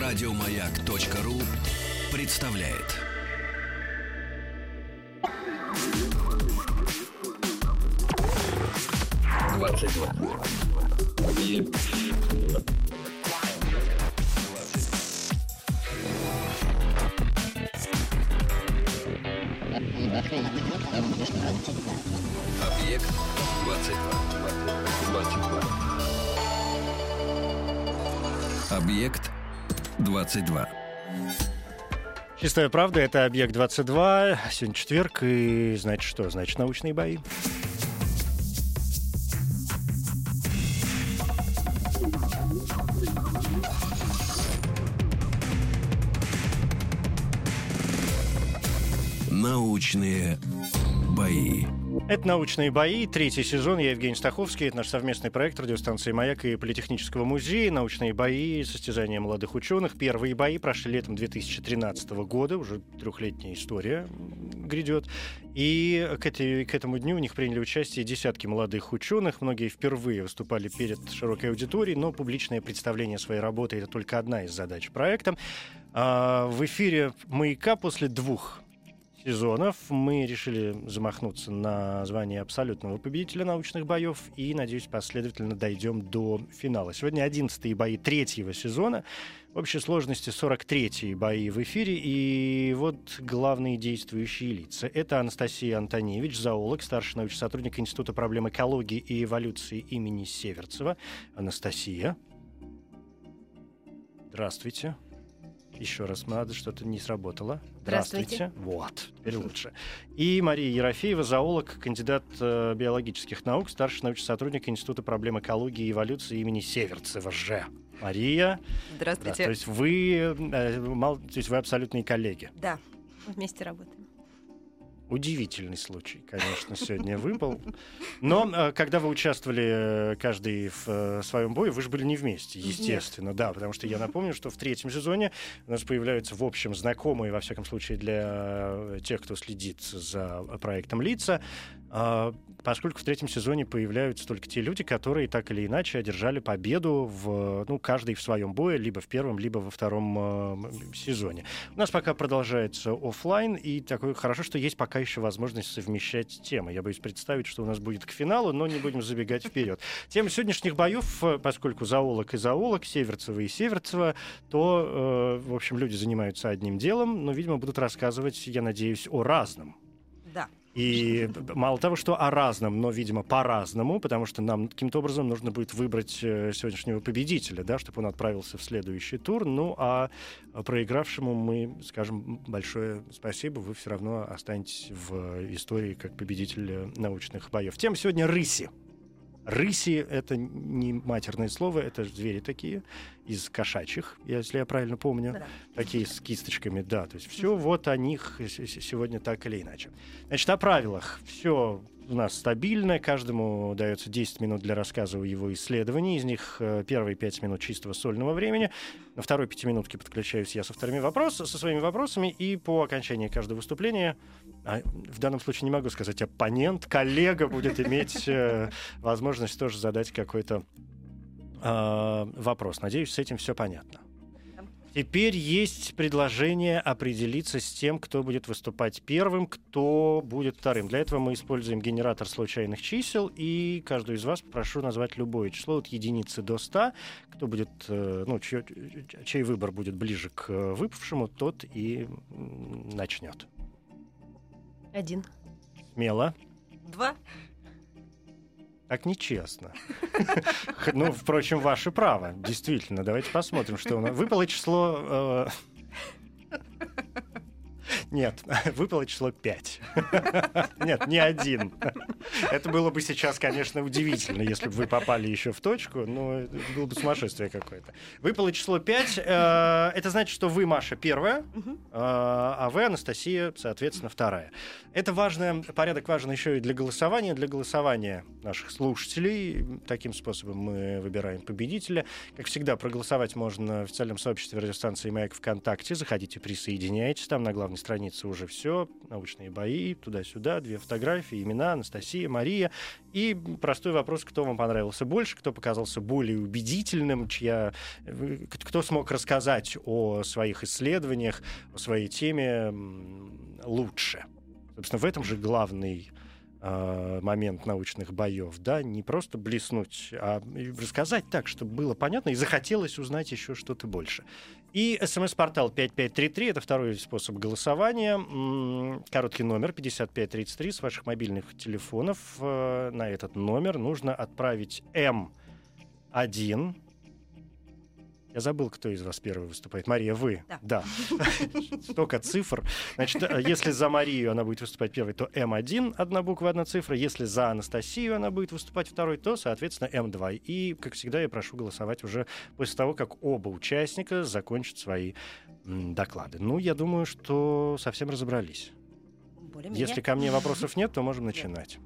Радиомаяк.ру представляет. Объект 22. Объект 22. Чистая правда, это «Объект 22». Сегодня четверг, и значит что? Значит, научные бои. Научные бои. Это «Научные бои», третий сезон. Я Евгений Стаховский. Это наш совместный проект радиостанции «Маяк» и Политехнического музея. «Научные бои», состязания молодых ученых. Первые бои прошли летом 2013 года. Уже трехлетняя история грядет. И к этому дню у них приняли участие десятки молодых ученых. Многие впервые выступали перед широкой аудиторией, но публичное представление своей работы — это только одна из задач проекта. В эфире «Маяка» после двух сезонов мы решили замахнуться на звание абсолютного победителя научных боев и, надеюсь, последовательно дойдем до финала. Сегодня 11-е бои третьего сезона. В общей сложности 43-е бои в эфире. И вот главные действующие лица. Это Анастасия Антоневич, зоолог, старший научный сотрудник Института проблем экологии и эволюции имени Северцева. Анастасия. Здравствуйте. Еще раз, надо, что-то не сработало. Здравствуйте. Вот, теперь лучше. И Мария Ерофеева, зоолог, кандидат биологических наук, старший научный сотрудник Института проблем экологии и эволюции имени Северцева же. Мария. Здравствуйте. Да, то есть вы абсолютные коллеги. Да, вместе работаем. Удивительный случай, конечно, сегодня выпал. Но когда вы участвовали каждый в своем бою, вы же были не вместе, естественно. Нет. Да, потому что я напомню, что в третьем сезоне у нас появляются, в общем, знакомые, во всяком случае, для тех, кто следит за проектом лица, поскольку в третьем сезоне появляются только те люди, которые так или иначе одержали победу каждый в своем бое, либо в первом, либо во втором сезоне. У нас пока продолжается офлайн, и такое хорошо, что есть пока еще возможность совмещать темы. Я боюсь представить, что у нас будет к финалу, но не будем забегать вперед. Тема сегодняшних боев, поскольку зоолог и зоолог, Северцева и Северцева, то, в общем, люди занимаются одним делом, но, видимо, будут рассказывать, я надеюсь, о разном. Да. И мало того, что о разном, но, видимо, по-разному, потому что нам каким-то образом нужно будет выбрать сегодняшнего победителя, да, чтобы он отправился в следующий тур. Ну, а проигравшему мы скажем большое спасибо. Вы все равно останетесь в истории как победитель научных боев. Тема сегодня — рыси. Рыси — это не матерное слово, это звери такие, из кошачьих, если я правильно помню. Да. Такие с кисточками, да. То есть все вот о них сегодня так или иначе. Значит, о правилах. Все у нас стабильно. Каждому дается 10 минут для рассказа о его исследовании. Из них первые 5 минут чистого сольного времени. На второй 5-минутке подключаюсь я со своими вопросами. И по окончании каждого выступления, в данном случае не могу сказать оппонент, коллега будет иметь возможность тоже задать какой-то вопрос. Надеюсь, с этим все понятно. Теперь есть предложение определиться с тем, кто будет выступать первым, кто будет вторым. Для этого мы используем генератор случайных чисел, и каждую из вас попрошу назвать любое число от единицы до 100. Кто будет, чей выбор будет ближе к выпавшему, тот и начнет. 1. Смело. 2. Так нечестно. Ну, впрочем, ваше право. Действительно, давайте посмотрим, что у нас. Выпало число... Нет, выпало число 5. Нет, не 1. Это было бы сейчас, конечно, удивительно, если бы вы попали еще в точку, но это было бы сумасшествие какое-то. Выпало число 5. Это значит, что вы, Маша, первая, а вы, Анастасия, соответственно, вторая. Это важно, порядок важен еще и для голосования наших слушателей. Таким способом мы выбираем победителя. Как всегда, проголосовать можно в официальном сообществе радиостанции «Маяк» ВКонтакте. Заходите, присоединяйтесь. Там на главной странице странице уже все, научные бои, туда-сюда, 2 фотографии, имена, Анастасия, Мария. И простой вопрос, кто вам понравился больше, кто показался более убедительным, кто смог рассказать о своих исследованиях, о своей теме лучше. Собственно, в этом же главный момент научных боев, да, не просто блеснуть, а рассказать так, чтобы было понятно и захотелось узнать еще что-то больше. И СМС-портал 5533 — это второй способ голосования. Короткий номер 5533 с ваших мобильных телефонов. На этот номер нужно отправить М1. Я забыл, кто из вас первый выступает. Мария, вы? Да. Столько цифр. Значит, если за Марию она будет выступать первой, то М1, одна буква, одна цифра. Если за Анастасию она будет выступать второй, то, соответственно, М2. И, как всегда, я прошу голосовать уже после того, как оба участника закончат свои доклады. Ну, я думаю, что совсем разобрались. Если ко мне вопросов нет, то можем начинать.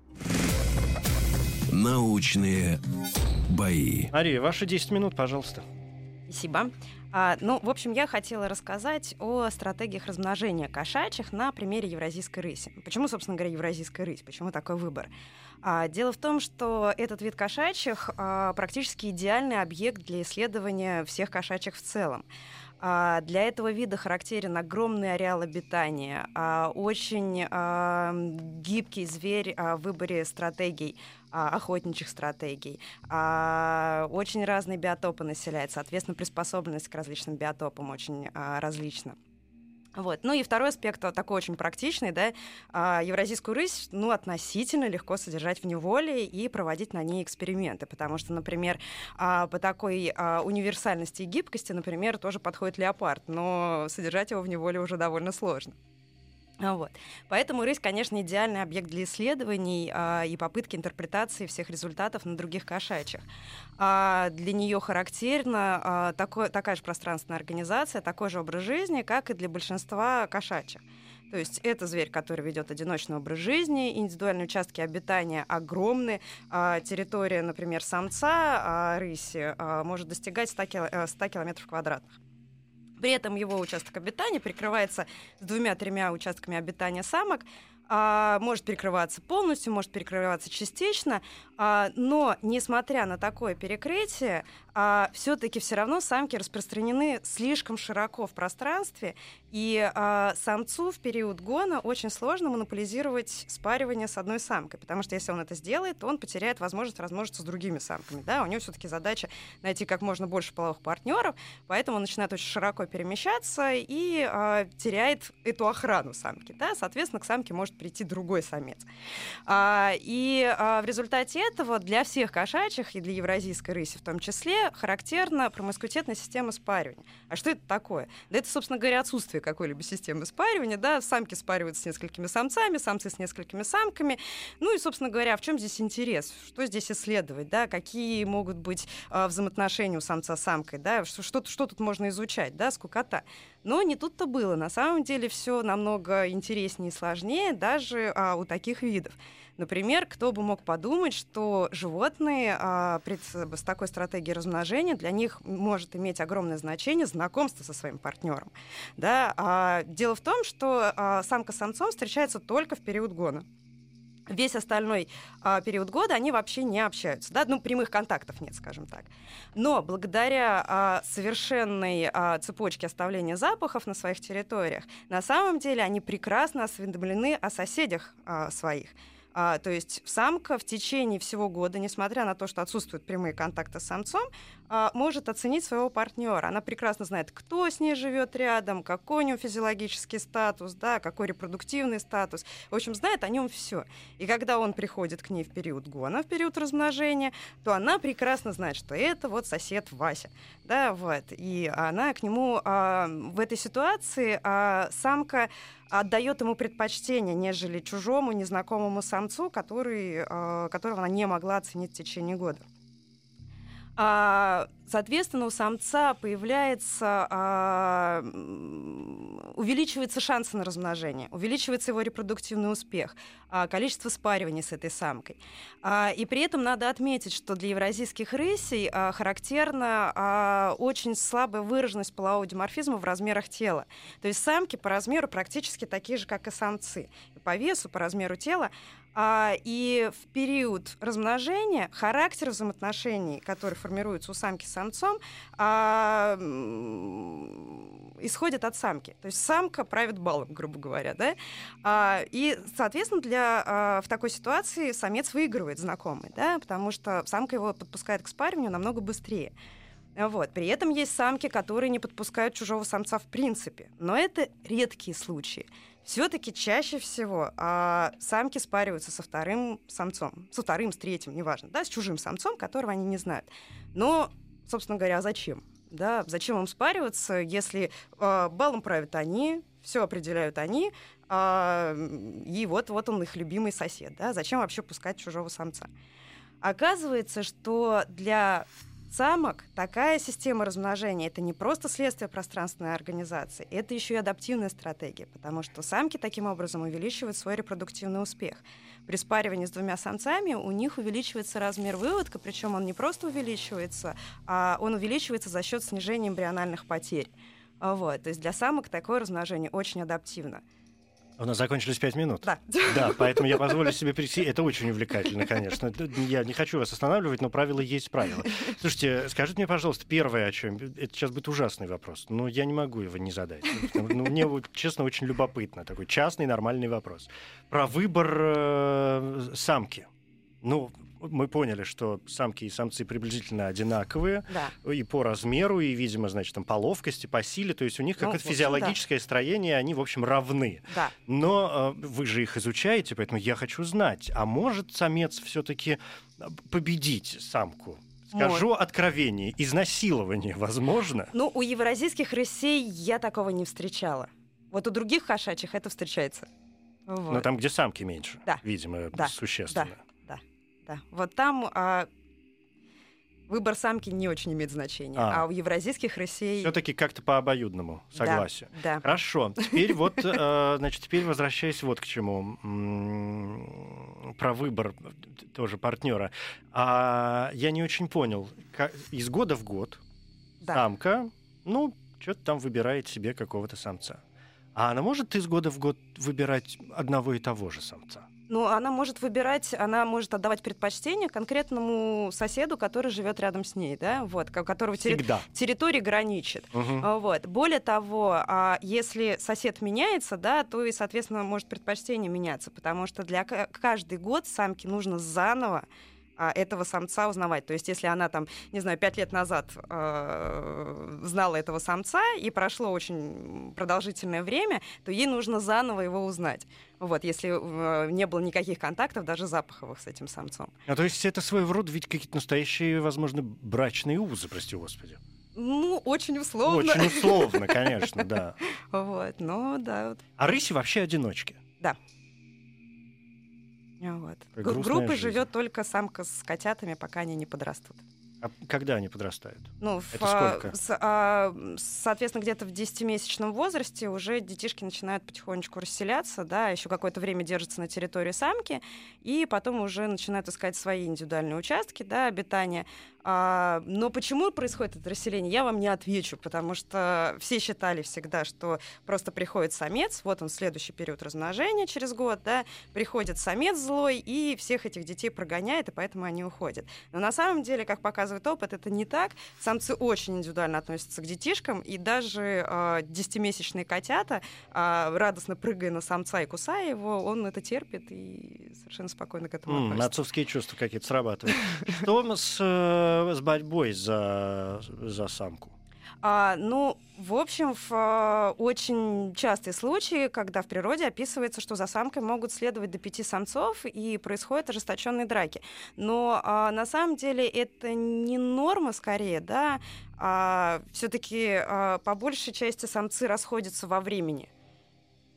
Научные бои. Мария, ваши 10 минут, пожалуйста. Спасибо. В общем, я хотела рассказать о стратегиях размножения кошачьих на примере евразийской рыси. Почему, собственно говоря, евразийская рысь? Почему такой выбор? Дело в том, что этот вид кошачьих практически идеальный объект для исследования всех кошачьих в целом. Для этого вида характерен огромный ареал обитания, очень гибкий зверь в выборе стратегий, охотничьих стратегий, очень разные биотопы населяет, соответственно, приспособленность к различным биотопам очень различна. Вот. Ну и второй аспект, такой очень практичный, да, евразийскую рысь, относительно легко содержать в неволе и проводить на ней эксперименты, потому что, например, по такой универсальности и гибкости, например, тоже подходит леопард, но содержать его в неволе уже довольно сложно. Вот. Поэтому рысь, конечно, идеальный объект для исследований и попытки интерпретации всех результатов на других кошачьих. Для нее характерна такая же пространственная организация, такой же образ жизни, как и для большинства кошачьих. То есть это зверь, который ведет одиночный образ жизни, индивидуальные участки обитания огромны, территория, например, самца рыси может достигать 100 километров квадратных. При этом его участок обитания прикрывается с 2-3 участками обитания самок, может перекрываться полностью, может перекрываться частично, но, несмотря на такое перекрытие, все-таки все равно самки распространены слишком широко в пространстве, и самцу в период гона очень сложно монополизировать спаривание с одной самкой, потому что если он это сделает, то он потеряет возможность размножиться с другими самками. Да? У него все-таки задача найти как можно больше половых партнеров, поэтому он начинает очень широко перемещаться и теряет эту охрану самки. Да? Соответственно, к самке может прийти другой самец. В результате этого для всех кошачьих, и для евразийской рыси в том числе, характерна промискуитетная система спаривания. А что это такое? Да это, собственно говоря, отсутствие какой-либо системы спаривания. Да? Самки спариваются с несколькими самцами, самцы с несколькими самками. Ну и, собственно говоря, в чем здесь интерес? Что здесь исследовать? Да? Какие могут быть взаимоотношения у самца с самкой? Да? Что тут можно изучать? Да? Скукота. Но не тут-то было. На самом деле все намного интереснее и сложнее даже у таких видов. Например, кто бы мог подумать, что животные с такой стратегией размножения для них может иметь огромное значение знакомство со своим партнером. Да? Дело в том, что самка с самцом встречается только в период гона. Весь остальной период года они вообще не общаются. Да? Прямых контактов нет, скажем так. Но благодаря совершенной цепочке оставления запахов на своих территориях, на самом деле они прекрасно осведомлены о соседях своих. То есть самка в течение всего года, несмотря на то, что отсутствуют прямые контакты с самцом, может оценить своего партнера. Она прекрасно знает, кто с ней живет рядом, какой у него физиологический статус, да, какой репродуктивный статус. В общем, знает о нем все. И когда он приходит к ней в период гона, в период размножения, то она прекрасно знает, что это вот сосед Вася. Да, вот. И она к нему в этой ситуации самка отдает ему предпочтение, нежели чужому, незнакомому самцу, которого она не могла оценить в течение года. Соответственно, у самца увеличиваются шансы на размножение, увеличивается его репродуктивный успех, количество спариваний с этой самкой. И при этом надо отметить, что для евразийских рысей характерна очень слабая выраженность полового диморфизма в размерах тела. То есть самки по размеру практически такие же, как и самцы. И по весу, по размеру тела. И в период размножения характер взаимоотношений, который формируется у самки с самцом, исходит от самки. То есть самка правит балом, грубо говоря. Да? И, соответственно, в такой ситуации самец выигрывает знакомый, да? Потому что самка его подпускает к спариванию намного быстрее. Вот. При этом есть самки, которые не подпускают чужого самца в принципе. Но это редкие случаи. Все-таки чаще всего самки спариваются со вторым самцом, со вторым, с третьим, неважно, да, с чужим самцом, которого они не знают. Но, собственно говоря, зачем? Да, зачем им спариваться, если балом правят они, все определяют они, и вот он их любимый сосед. Да? Зачем вообще пускать чужого самца? Оказывается, что для самок такая система размножения — это не просто следствие пространственной организации, это еще и адаптивная стратегия, потому что самки таким образом увеличивают свой репродуктивный успех. При спаривании с двумя самцами у них увеличивается размер выводка, причем он не просто увеличивается, а он увеличивается за счет снижения эмбриональных потерь. Вот. То есть для самок такое размножение очень адаптивно. У нас закончились 5 минут. Да. Да, поэтому я позволю себе перейти. Это очень увлекательно, конечно. Я не хочу вас останавливать, но правило есть правило. Слушайте, скажите мне, пожалуйста, первое, о чем... Это сейчас будет ужасный вопрос, но я не могу его не задать. Мне, честно, очень любопытно. Такой частный, нормальный вопрос. Про выбор самки. Мы поняли, что самки и самцы приблизительно одинаковые, да, и по размеру, и, видимо, значит, там, по ловкости, по силе, то есть у них какое-то физиологическое строение, они, в общем, равны. Да. Но вы же их изучаете, поэтому я хочу знать, а может самец все-таки победить самку? Скажу откровение, изнасилование возможно? У евразийских рысей я такого не встречала. Вот у других кошачьих это встречается. Вот. Но там, где самки меньше, да, видимо, да, существенно. Да. Да. Вот там выбор самки не очень имеет значения, а у евразийских рысей... Все-таки как-то по обоюдному согласию. Да. Хорошо. Теперь теперь возвращаясь вот к чему. Про выбор тоже партнера. Я не очень понял. Из года в год самка, что-то там выбирает себе какого-то самца. А она может из года в год выбирать одного и того же самца? Она может выбирать, она может отдавать предпочтение конкретному соседу, который живет рядом с ней, да, вот, которого территория граничит. Вот. Более того, если сосед меняется, да, то и, соответственно, может предпочтение меняться, потому что каждый год самке нужно заново этого самца узнавать. То есть если она 5 лет назад знала этого самца, и прошло очень продолжительное время, то ей нужно заново его узнать. Вот, если не было никаких контактов, даже запаховых, с этим самцом. То есть это своего рода ведь какие-то настоящие, возможно, брачные узы, прости господи. Очень условно. Очень условно, конечно, да. Вот, да. А рыси вообще одиночки? Да. Вот. Группой живет только самка с котятами, пока они не подрастут. А когда они подрастают? Это сколько? Соответственно, где-то в 10-месячном возрасте уже детишки начинают потихонечку расселяться, да, еще какое-то время держатся на территории самки, и потом уже начинают искать свои индивидуальные участки, да, обитания. Но почему происходит это расселение, я вам не отвечу, потому что все считали всегда, что просто приходит самец, вот он следующий период размножения через год, да, приходит самец злой и всех этих детей прогоняет, и поэтому они уходят. Но на самом деле, как показывает опыт, это не так. Самцы очень индивидуально относятся к детишкам, и даже 10-месячные котята, радостно прыгая на самца и кусая его, он это терпит и совершенно спокойно к этому относится. Отцовские чувства какие-то срабатывают. Что с борьбой за самку? В общем, в очень частые случаи, когда в природе описывается, что за самкой могут следовать до 5 самцов, и происходят ожесточенные драки. Но на самом деле это не норма, скорее, да, все-таки по большей части самцы расходятся во времени.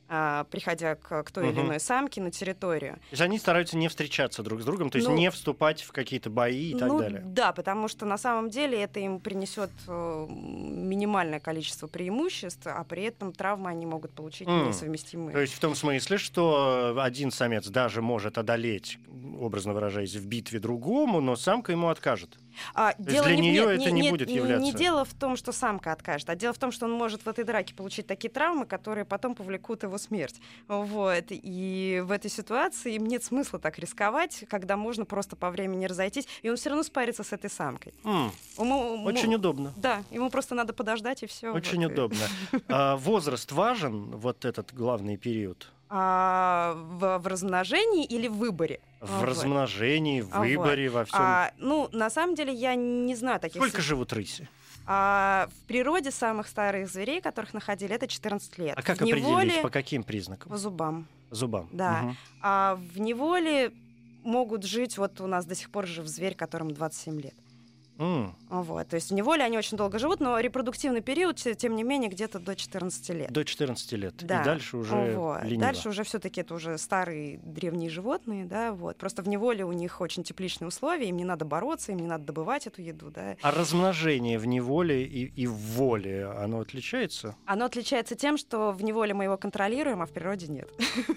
приходя к той или иной самке на территорию. То есть они стараются не встречаться друг с другом, то есть не вступать в какие-то бои и так далее. Да, потому что на самом деле это им принесет минимальное количество преимуществ, а при этом травмы они могут получить несовместимые. То есть в том смысле, что один самец даже может одолеть, образно выражаясь, в битве другому, но самка ему откажет. Для нее это не будет являться. Не дело в том, что самка откажет, а дело в том, что он может в этой драке получить такие травмы, которые потом повлекут его смерть. Вот. И в этой ситуации им нет смысла так рисковать, когда можно просто по времени разойтись, и он все равно спарится с этой самкой. Очень удобно. Да, ему просто надо подождать, и все. Очень удобно. Возраст важен, вот этот главный период? В размножении или в выборе? В размножении, в выборе, во всем. На самом деле я не знаю таких... Сколько живут рыси? В природе самых старых зверей, которых находили, это 14 лет. А как определить, по каким признакам? По зубам. Зубам. Да. А в неволе могут жить, вот у нас до сих пор жив зверь, которому 27 лет. Вот. То есть в неволе они очень долго живут, но репродуктивный период, тем не менее, где-то до 14 лет. До 14 лет. Да. И дальше уже лениво. Дальше уже все-таки это уже старые древние животные, да, вот. Просто в неволе у них очень тепличные условия, им не надо бороться, им не надо добывать эту еду, да. А размножение в неволе и в воле, оно отличается? Оно отличается тем, что в неволе мы его контролируем, а в природе нет.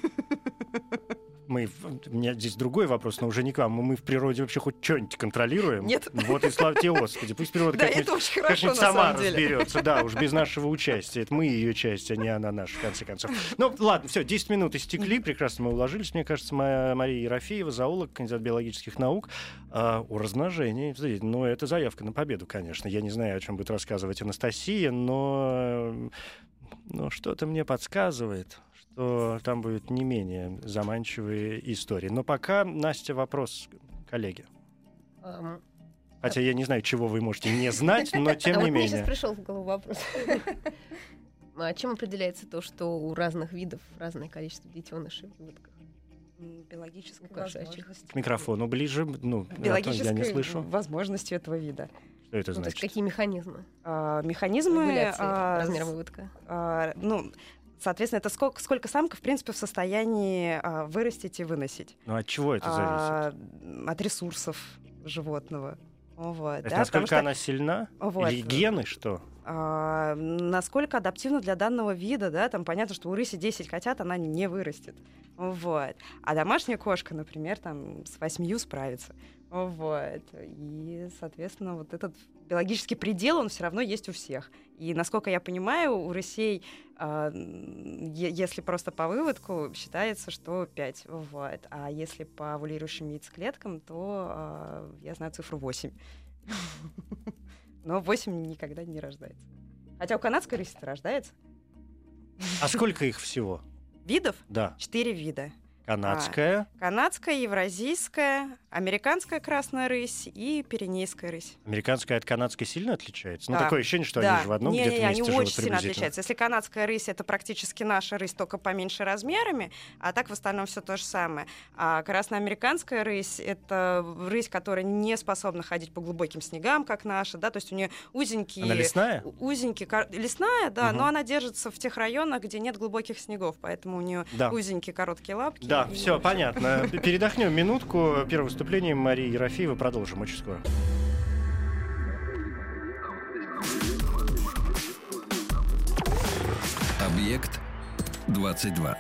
У меня здесь другой вопрос, но уже не к вам. Мы в природе вообще хоть что-нибудь контролируем? Нет. Вот и слава тебе, Господи. Пусть природа как-нибудь сама разберется. Да, уж без нашего участия. Это мы ее часть, а не она наша, в конце концов. Ну, ладно, все, 10 минут истекли. Прекрасно мы уложились. Мне кажется, Мария Ерофеева, зоолог, кандидат биологических наук. О размножении. Ну, это заявка на победу, конечно. Я не знаю, о чем будет рассказывать Анастасия, но что-то мне подсказывает, что там будут не менее заманчивые истории. Но пока, Настя, вопрос коллеге. Хотя я не знаю, чего вы можете не знать, но тем не менее. Мне сейчас пришел в голову вопрос. А чем определяется то, что у разных видов разное количество детенышей в выводках? Биологической возможности. К микрофону ближе, я не слышу. Возможностью этого вида. Что это значит? То есть какие механизмы? Механизмы... размера выводка. Соответственно, это сколько самка, в принципе, в состоянии вырастить и выносить. Ну, от чего это зависит? От ресурсов животного. Вот, это насколько она сильна? Вот. Или гены, что? Насколько адаптивна для данного вида, да, там понятно, что у рыси 10 котят она не вырастет. Вот. А домашняя кошка, например, там с 8 справится. Вот. И, соответственно, вот этот биологический предел, он все равно есть у всех. И, насколько я понимаю, у рысей, если просто по выводку, считается, что 5. Вот. А если по овулирующим яйцеклеткам, то я знаю цифру 8. Но 8 никогда не рождается. Хотя у канадской рыси-то рождается. А сколько их всего? Видов? Да. 4 вида. Канадская. Канадская, евразийская, американская красная рысь и пиренейская рысь. Американская от канадской сильно отличается? Да. Ну, такое ощущение, что они же в одном где-то месте они живут очень сильно отличаются. Если канадская рысь — это практически наша рысь, только поменьше размерами, а так в остальном все то же самое. А красноамериканская рысь — это рысь, которая не способна ходить по глубоким снегам, как наша, да, то есть у нее узенькие... Она лесная? Лесная, да, но она держится в тех районах, где нет глубоких снегов, поэтому у нее узенькие короткие лапки. Да, все, понятно. Передохнем минутку. Первое выступление Марии Ерофеевой. Продолжим очень скоро. Объект 22.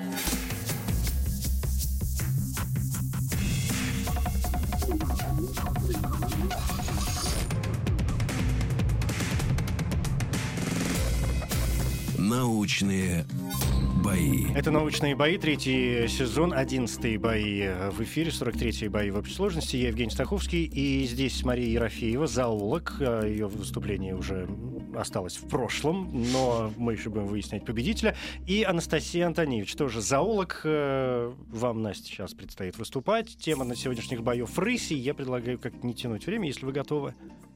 Научные бои. Это «Научные бои», 3-й сезон, 11-е бои в эфире, 43-е бои в общей сложности. Я Евгений Стаховский, и здесь Мария Ерофеева, зоолог. Ее выступление уже осталось в прошлом, но мы еще будем выяснять победителя. И Анастасия Антониевич, тоже зоолог. Вам, Настя, сейчас предстоит выступать. Тема на сегодняшних боев рыси. Я предлагаю как-то не тянуть время, если вы готовы.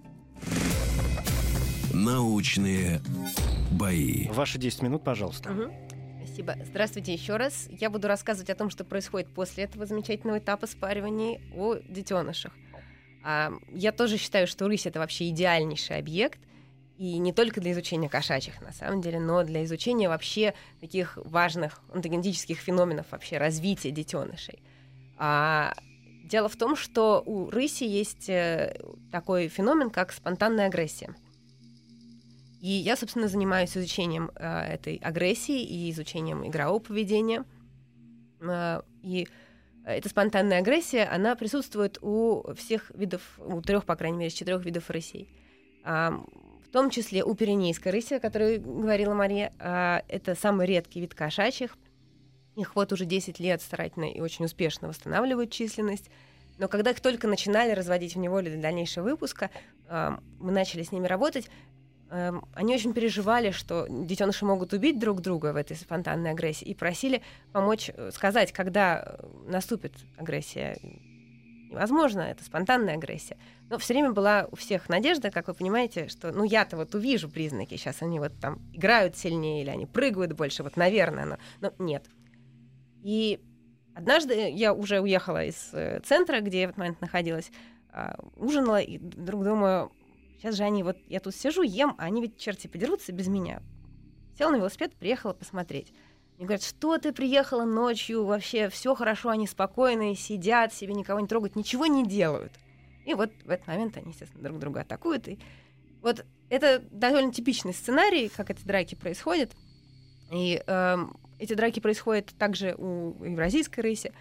Научные бои. Ваши 10 минут, пожалуйста. Спасибо. Здравствуйте еще раз. Я буду рассказывать о том, что происходит после этого замечательного этапа спаривания, о детенышах. Я тоже считаю, что рысь — это вообще идеальнейший объект. И не только для изучения кошачьих, на самом деле, но для изучения вообще таких важных онтогенетических феноменов вообще развития детенышей. Дело в том, что у рыси есть такой феномен, как спонтанная агрессия. И я, собственно, занимаюсь изучением этой агрессии и изучением игрового поведения. И эта спонтанная агрессия, она присутствует у всех видов, у 3, по крайней мере, из 4 видов рысей. В том числе у пиренейской рыси, о которой говорила Мария. Это самый редкий вид кошачьих. Их вот уже 10 лет старательно и очень успешно восстанавливают численность. Но когда их только начинали разводить в неволе для дальнейшего выпуска, мы начали с ними работать, они очень переживали, что детеныши могут убить друг друга в этой спонтанной агрессии, и просили помочь сказать, когда наступит агрессия. Невозможно, это спонтанная агрессия. Но все время была у всех надежда, как вы понимаете, что я-то вот увижу признаки, сейчас они вот там играют сильнее или они прыгают больше, вот, наверное, но нет. И однажды я уже уехала из центра, где я в этот момент находилась, ужинала, и вдруг думаю, сейчас же они, вот я тут сижу, ем, а они ведь черти подерутся без меня. Села на велосипед, приехала посмотреть. Мне говорят, что ты приехала ночью, вообще все хорошо, они спокойные, сидят, себе никого не трогают, ничего не делают. И вот в этот момент они, естественно, друг друга атакуют. И вот это довольно типичный сценарий, как эти драки происходят. И эти драки происходят также у евразийской рыси.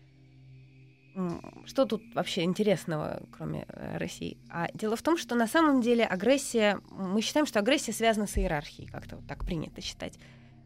Что тут вообще интересного, кроме России? Дело в том, что на самом деле агрессия... Мы считаем, что агрессия связана с иерархией, как-то вот так принято считать.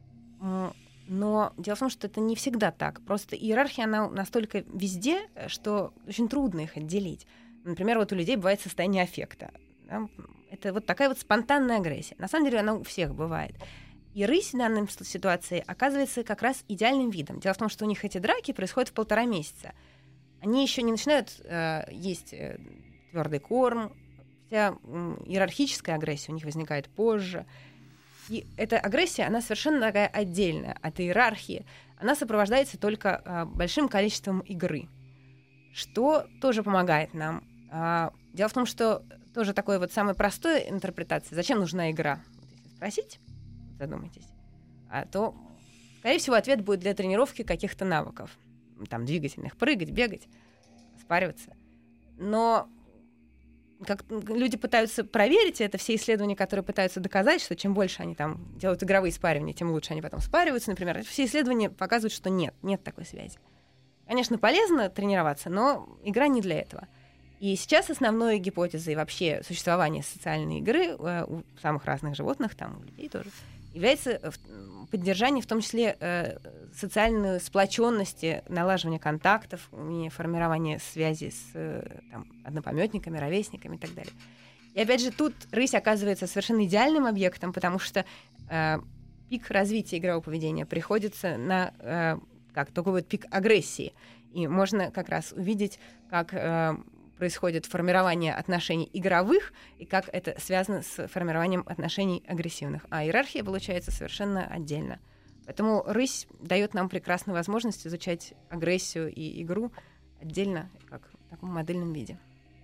Но дело в том, что это не всегда так. Просто иерархия, она настолько везде, что очень трудно их отделить. Например, вот у людей бывает состояние аффекта. Да? Это вот такая вот спонтанная агрессия. На самом деле она у всех бывает. И рысь в данной ситуации оказывается как раз идеальным видом. Дело в том, что у них эти драки происходят в 1,5 месяца. Они еще не начинают есть твердый корм. Вся иерархическая агрессия у них возникает позже. И эта агрессия, она совершенно такая отдельная от иерархии. Она сопровождается только большим количеством игры, что тоже помогает нам. Дело в том, что тоже такой вот самой простой интерпретации, зачем нужна игра, вот если спросить, задумайтесь, то, скорее всего, ответ будет для тренировки каких-то навыков, там, двигательных, прыгать, бегать, спариваться. Но как люди пытаются проверить, это все исследования, которые пытаются доказать, что чем больше они там делают игровые спаривания, тем лучше они потом спариваются, например. Все исследования показывают, что нет такой связи. Конечно, полезно тренироваться, но игра не для этого. И сейчас основной гипотезой вообще существования социальной игры у самых разных животных, там у людей тоже, является поддержание, в том числе социальной сплоченности, налаживания контактов, формирования связи с однопомётниками, ровесниками и так далее. И опять же, тут рысь оказывается совершенно идеальным объектом, потому что пик развития игрового поведения приходится на как такой вот пик агрессии. И можно как раз увидеть, как происходит формирование отношений игровых и как это связано с формированием отношений агрессивных. А иерархия получается совершенно отдельно. Поэтому рысь дает нам прекрасную возможность изучать агрессию и игру отдельно, как в таком модельном виде.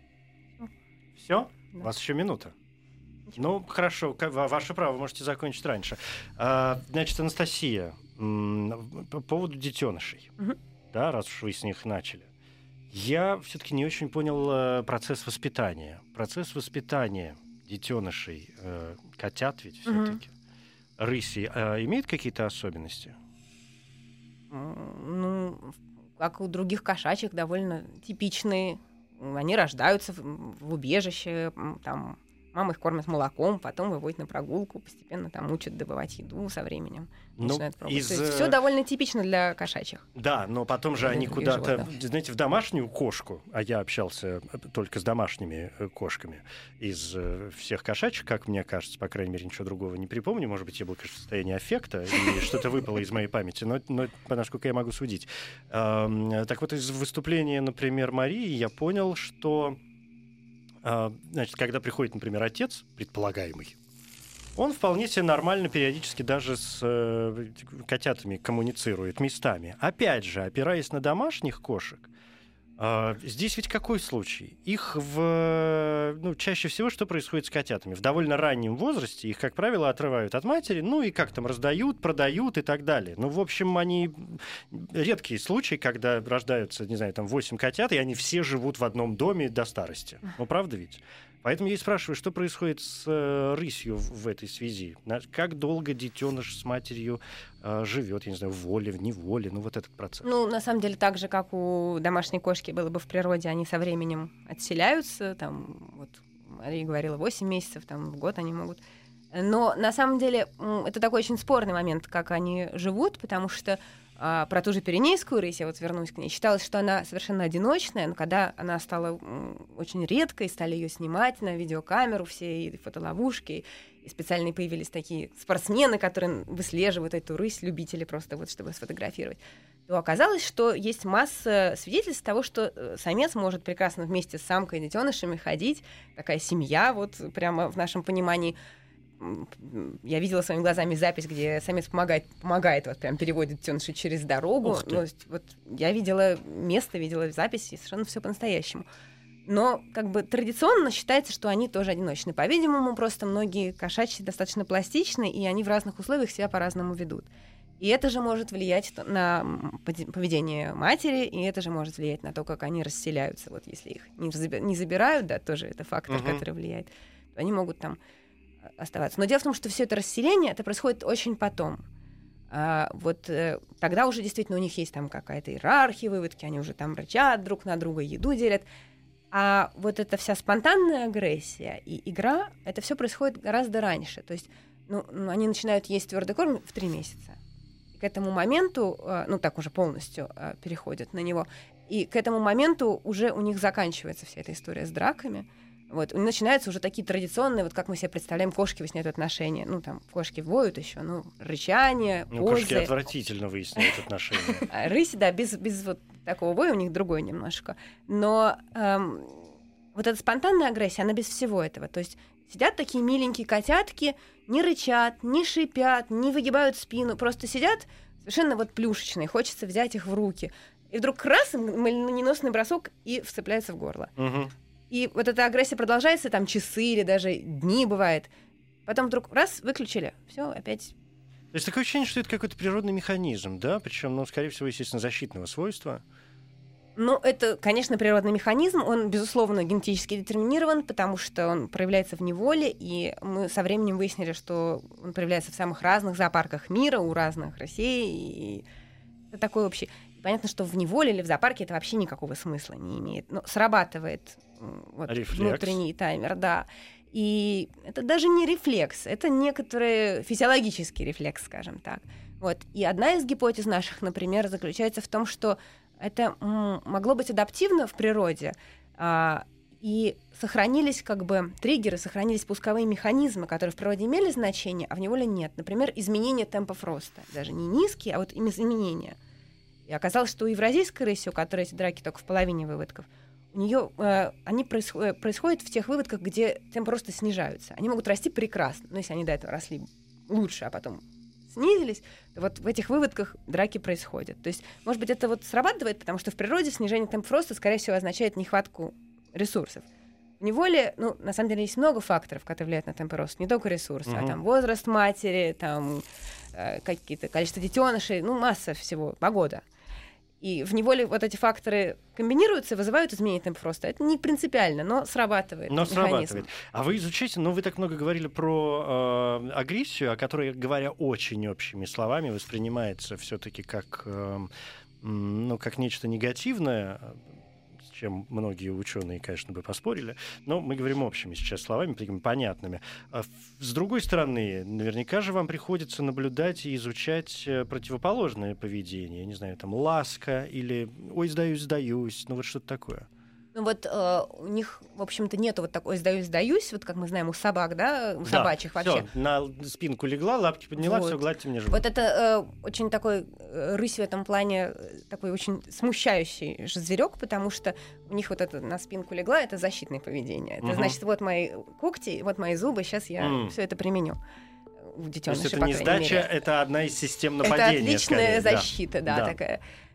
Все? Да. У вас еще минута. Ну, хорошо, ваше право, вы можете закончить раньше. Значит, Анастасия, по поводу детенышей, да, раз уж вы с них начали. Я все-таки не очень понял процесс воспитания. Процесс воспитания детенышей, котят ведь все-таки, рыси, имеет какие-то особенности? Ну, как у других кошачьих, довольно типичные. Они рождаются в убежище, там мама их кормит молоком, потом выводит на прогулку, постепенно там учат добывать еду со временем. Все довольно типично для кошачьих. Да, но потом же они куда-то, знаете, в домашнюю кошку, а я общался только с домашними кошками из всех кошачьих, как мне кажется, по крайней мере, ничего другого не припомню. Может быть, я был, конечно, в состоянии аффекта, и что-то выпало из моей памяти, но насколько я могу судить. Так вот, из выступления, например, Марии, я понял, что значит, когда приходит, например, отец, предполагаемый, он вполне себе нормально периодически даже с котятами коммуницирует местами. Опять же, опираясь на домашних кошек, Здесь ведь какой случай? Их чаще всего что происходит с котятами? В довольно раннем возрасте их, как правило, отрывают от матери, и как там раздают, продают и так далее. В общем, они редкие случаи, когда рождаются, 8 котят, и они все живут в одном доме до старости. Правда ведь? Поэтому я и спрашиваю, что происходит с рысью в этой связи? Как долго детеныш с матерью живет, в воле, в неволе, вот этот процесс? На самом деле, так же, как у домашней кошки было бы в природе, они со временем отселяются, Мария говорила, 8 месяцев, в год они могут. Но на самом деле это такой очень спорный момент, как они живут, потому что про ту же пиренейскую рысь, я вернусь к ней, считалось, что она совершенно одиночная, но когда она стала очень редкой, стали ее снимать на видеокамеру, все и фотоловушки, и специально появились такие спортсмены, которые выслеживают эту рысь, любители просто чтобы сфотографировать, то оказалось, что есть масса свидетельств того, что самец может прекрасно вместе с самкой и детенышами ходить, такая семья, прямо в нашем понимании. Я видела своими глазами запись, где самец помогает, прям переводит детенышей через дорогу. Я видела место, видела запись, и совершенно все по-настоящему. Но традиционно считается, что они тоже одиночны. По-видимому, просто многие кошачьи достаточно пластичны, и они в разных условиях себя по-разному ведут. И это же может влиять на поведение матери, и это же может влиять на то, как они расселяются. Если их не забирают, тоже это фактор, который влияет, то они могут там оставаться. Но дело в том, что все это расселение, это происходит очень потом. Тогда уже действительно у них есть там какая-то иерархия, выводки, они уже там рычат друг на друга, еду делят. А эта вся спонтанная агрессия и игра, это все происходит гораздо раньше. То есть они начинают есть твердый корм в 3 месяца. И к этому моменту, так уже полностью переходят на него, и к этому моменту уже у них заканчивается вся эта история с драками. Начинаются уже такие традиционные, как мы себе представляем, кошки выясняют отношения. Кошки воют еще, рычание, позы. Кошки отвратительно выясняют отношения. Рыси, да, без такого воя у них другой немножко. Но эта спонтанная агрессия, она без всего этого. То есть сидят такие миленькие котятки, не рычат, не шипят, не выгибают спину, просто сидят совершенно плюшечные, хочется взять их в руки. И вдруг раз, молниеносный бросок, и вцепляется в горло. И эта агрессия продолжается часы или даже дни бывает. Потом вдруг раз, выключили, все опять. То есть такое ощущение, что это какой-то природный механизм, да? Причем, скорее всего, естественно, защитного свойства. Это, конечно, природный механизм. Он, безусловно, генетически детерминирован, потому что он проявляется в неволе, и мы со временем выяснили, что он проявляется в самых разных зоопарках мира, у разных Россий, и это такой общий. Понятно, что в неволе или в зоопарке это вообще никакого смысла не имеет. Но срабатывает внутренний таймер, да. И это даже не рефлекс, это некоторый физиологический рефлекс, скажем так. И одна из гипотез наших, например, заключается в том, что это могло быть адаптивно в природе, и сохранились триггеры, сохранились пусковые механизмы, которые в природе имели значение, а в неволе нет. Например, изменение темпов роста. Даже не низкие, а изменения. И оказалось, что у евразийской рыси, у которой эти драки только в половине выводков, у нее они происходят в тех выводках, где темпы роста снижаются. Они могут расти прекрасно, но если они до этого росли лучше, а потом снизились, то в этих выводках драки происходят. То есть, может быть, это срабатывает, потому что в природе снижение темпов роста, скорее всего, означает нехватку ресурсов. В неволе, на самом деле, есть много факторов, которые влияют на темпы роста, не только ресурсы, а возраст матери, какие-то количество детенышей, масса всего, погода. И в неволе эти факторы комбинируются и вызывают изменение темпов роста. Это не принципиально, но срабатывает. А вы изучаете, вы так много говорили про агрессию, о которой, говоря очень общими словами, воспринимается все-таки как нечто негативное, с чем многие ученые, конечно, бы поспорили, но мы говорим общими сейчас словами, такими понятными. С другой стороны, наверняка же вам приходится наблюдать и изучать противоположное поведение. Я не знаю, ласка или «ой, сдаюсь», что-то такое. У них, в общем-то, нету такой «сдаюсь», как мы знаем у собак, да, у собачьих вообще. Всё, на спинку легла, лапки подняла, все, гладьте мне живот. Это очень такой рысь в этом плане, такой очень смущающий же зверек, потому что у них это на спинку легла, это защитное поведение. Это значит, мои когти, мои зубы, сейчас я все это применю. У детенышей, то есть это не сдача, это одна из систем нападения. Это отличная защита, да, такая.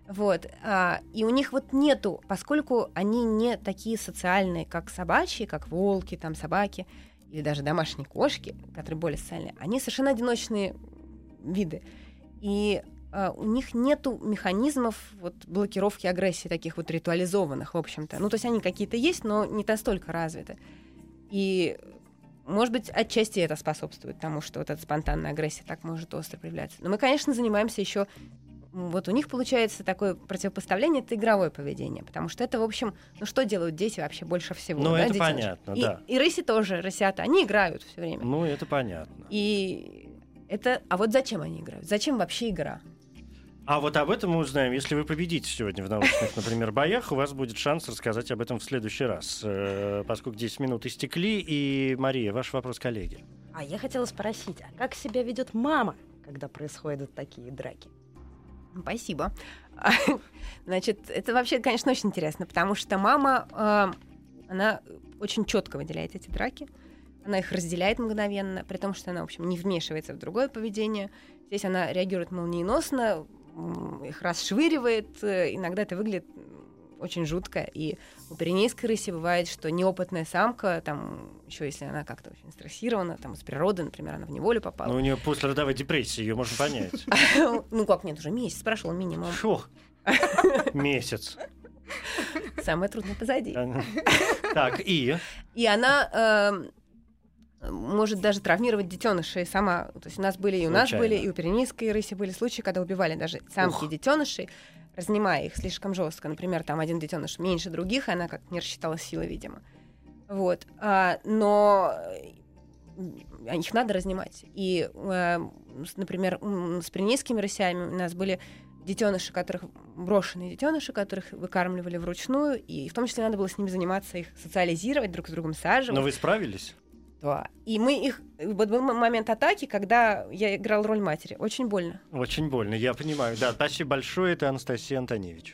Вот. И у них вот нету, поскольку они не такие социальные, как собачьи, как волки, там, собаки, или даже домашние кошки, которые более социальные, они совершенно одиночные виды. И у них нету механизмов вот, блокировки агрессии, таких вот ритуализованных, в общем-то. Ну, то есть они какие-то есть, но не настолько развиты. И, может быть, отчасти это способствует тому, что вот эта спонтанная агрессия так может остро проявляться. Но мы, конечно, занимаемся еще... Вот у них получается такое противопоставление, это игровое поведение, потому что это, в общем, ну что делают дети вообще больше всего? Ну, да, это детеныши? понятно, да. И рыси тоже, рысята, они играют все время. Ну, это понятно. И это... А вот зачем они играют? Зачем вообще игра? А вот об этом мы узнаем. Если вы победите сегодня в научных, например, боях, у вас будет шанс рассказать об этом в следующий раз, поскольку 10 минут истекли. И, Мария, ваш вопрос коллеге. А я хотела спросить, а как себя ведет мама, когда происходят такие драки? Спасибо. Значит, это вообще, конечно, очень интересно, потому что мама, она очень четко выделяет эти драки, она их разделяет мгновенно, при том, что она, в общем, не вмешивается в другое поведение. Здесь она реагирует молниеносно, их расшвыривает, иногда это выглядит очень жутко, и у пиренейской рыси бывает, что неопытная самка, там, еще если она как-то очень стрессирована, там, из природы, например, она в неволю попала. Ну, у нее послеродовая депрессия, ее можно понять. Ну как, нет, уже месяц прошел минимум. Шох. Месяц. Самое трудное позади. Так, и она может даже травмировать детенышей сама. То есть у нас были, и у нас были, и у пиренейской рыси были случаи, когда убивали даже самки детенышей, разнимая их слишком жестко. Например, там один детеныш меньше других, и она как не рассчитала силы, видимо. Вот. Но их надо разнимать. И, например, с пиренейскими рысями у нас были детеныши, брошенные детеныши, которых выкармливали вручную, и в том числе надо было с ними заниматься, их социализировать, друг с другом саживать. Но вы справились? Да. И мы их... Вот был момент атаки, когда я играл роль матери. Очень больно. Очень больно, я понимаю. Да, спасибо большое. Это Анастасия Антоневич.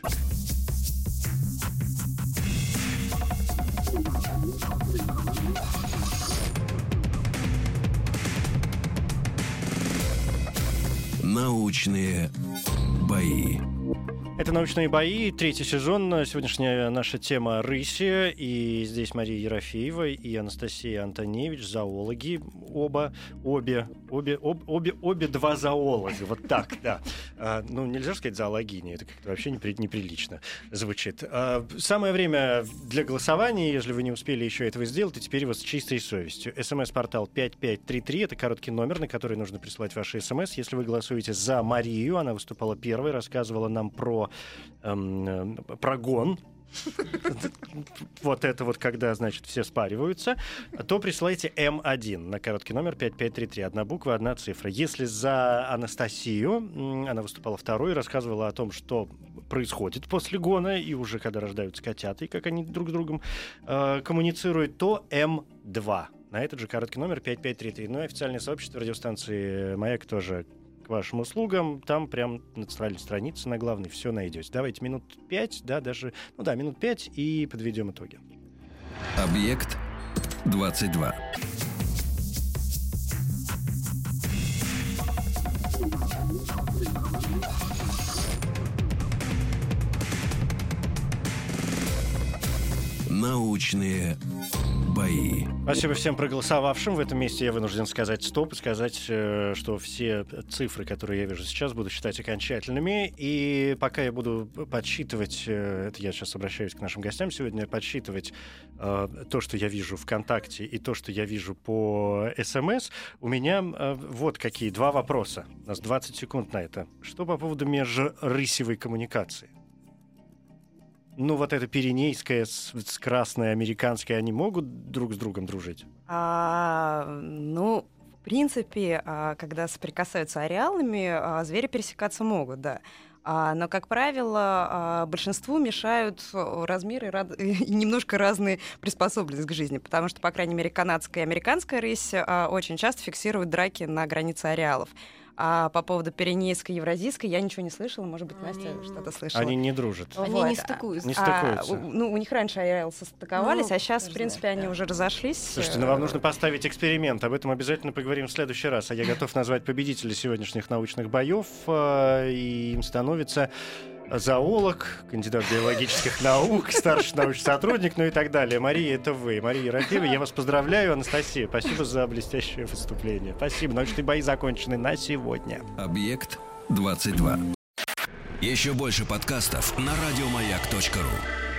Научные бои. Это «Научные бои», 3-й сезон. Сегодняшняя наша тема — рыси. И здесь Мария Ерофеева и Анастасия Антоневич, зоологи. Обе два зоолога. Вот так, да. Ну, нельзя сказать зоологини, это как-то вообще неприлично звучит. Самое время для голосования, если вы не успели еще этого сделать, и теперь у вас с чистой совестью. СМС-портал 5533, это короткий номер, на который нужно присылать ваши СМС. Если вы голосуете за Марию, она выступала первой, рассказывала нам про прогон. Вот это вот, когда, значит, все спариваются, то присылайте М1 на короткий номер 5533. Одна буква, одна цифра. Если за Анастасию, она выступала второй, рассказывала о том, что происходит после гона, и уже когда рождаются котята, и как они друг с другом коммуницируют, то М2. На этот же короткий номер 5533. Ну и официальное сообщество радиостанции «Маяк» тоже к вашим услугам. Там прям на странице на главной все найдете. Давайте минут 5, да, даже, минут 5 и подведем итоги. Объект 22. Научные бои. Спасибо всем проголосовавшим. В этом месте я вынужден сказать стоп и сказать, что все цифры, которые я вижу сейчас, буду считать окончательными. И пока я буду подсчитывать, это я сейчас обращаюсь к нашим гостям сегодня, подсчитывать то, что я вижу ВКонтакте, и то, что я вижу по СМС, у меня вот какие два вопроса. У нас 20 секунд на это. Что по поводу межрысевой коммуникации? Ну, вот это пиренейское с красной американской, они могут друг с другом дружить? В принципе, когда соприкасаются ареалами, звери пересекаться могут, да. Но, как правило, большинству мешают размеры и немножко разные приспособленности к жизни, потому что, по крайней мере, канадская и американская рысь очень часто фиксируют драки на границе ареалов. А по поводу пиренейской и евразийской я ничего не слышала. Может быть, Настя что-то слышала. Они не дружат. Они не стыкуются. Не стыкуются. У них раньше ареалы состыковались, а сейчас, в принципе, они уже разошлись. Слушайте, вам нужно поставить эксперимент. Об этом обязательно поговорим в следующий раз. А я готов назвать победителей сегодняшних научных боев. И им становится зоолог, кандидат биологических наук, старший научный сотрудник, ну и так далее. Мария, это вы. Мария Ерофеева, я вас поздравляю. Анастасия, спасибо за блестящее выступление. Спасибо. Научные бои закончены на сегодня. Объект 22. Еще больше подкастов на радиомаяк.ру.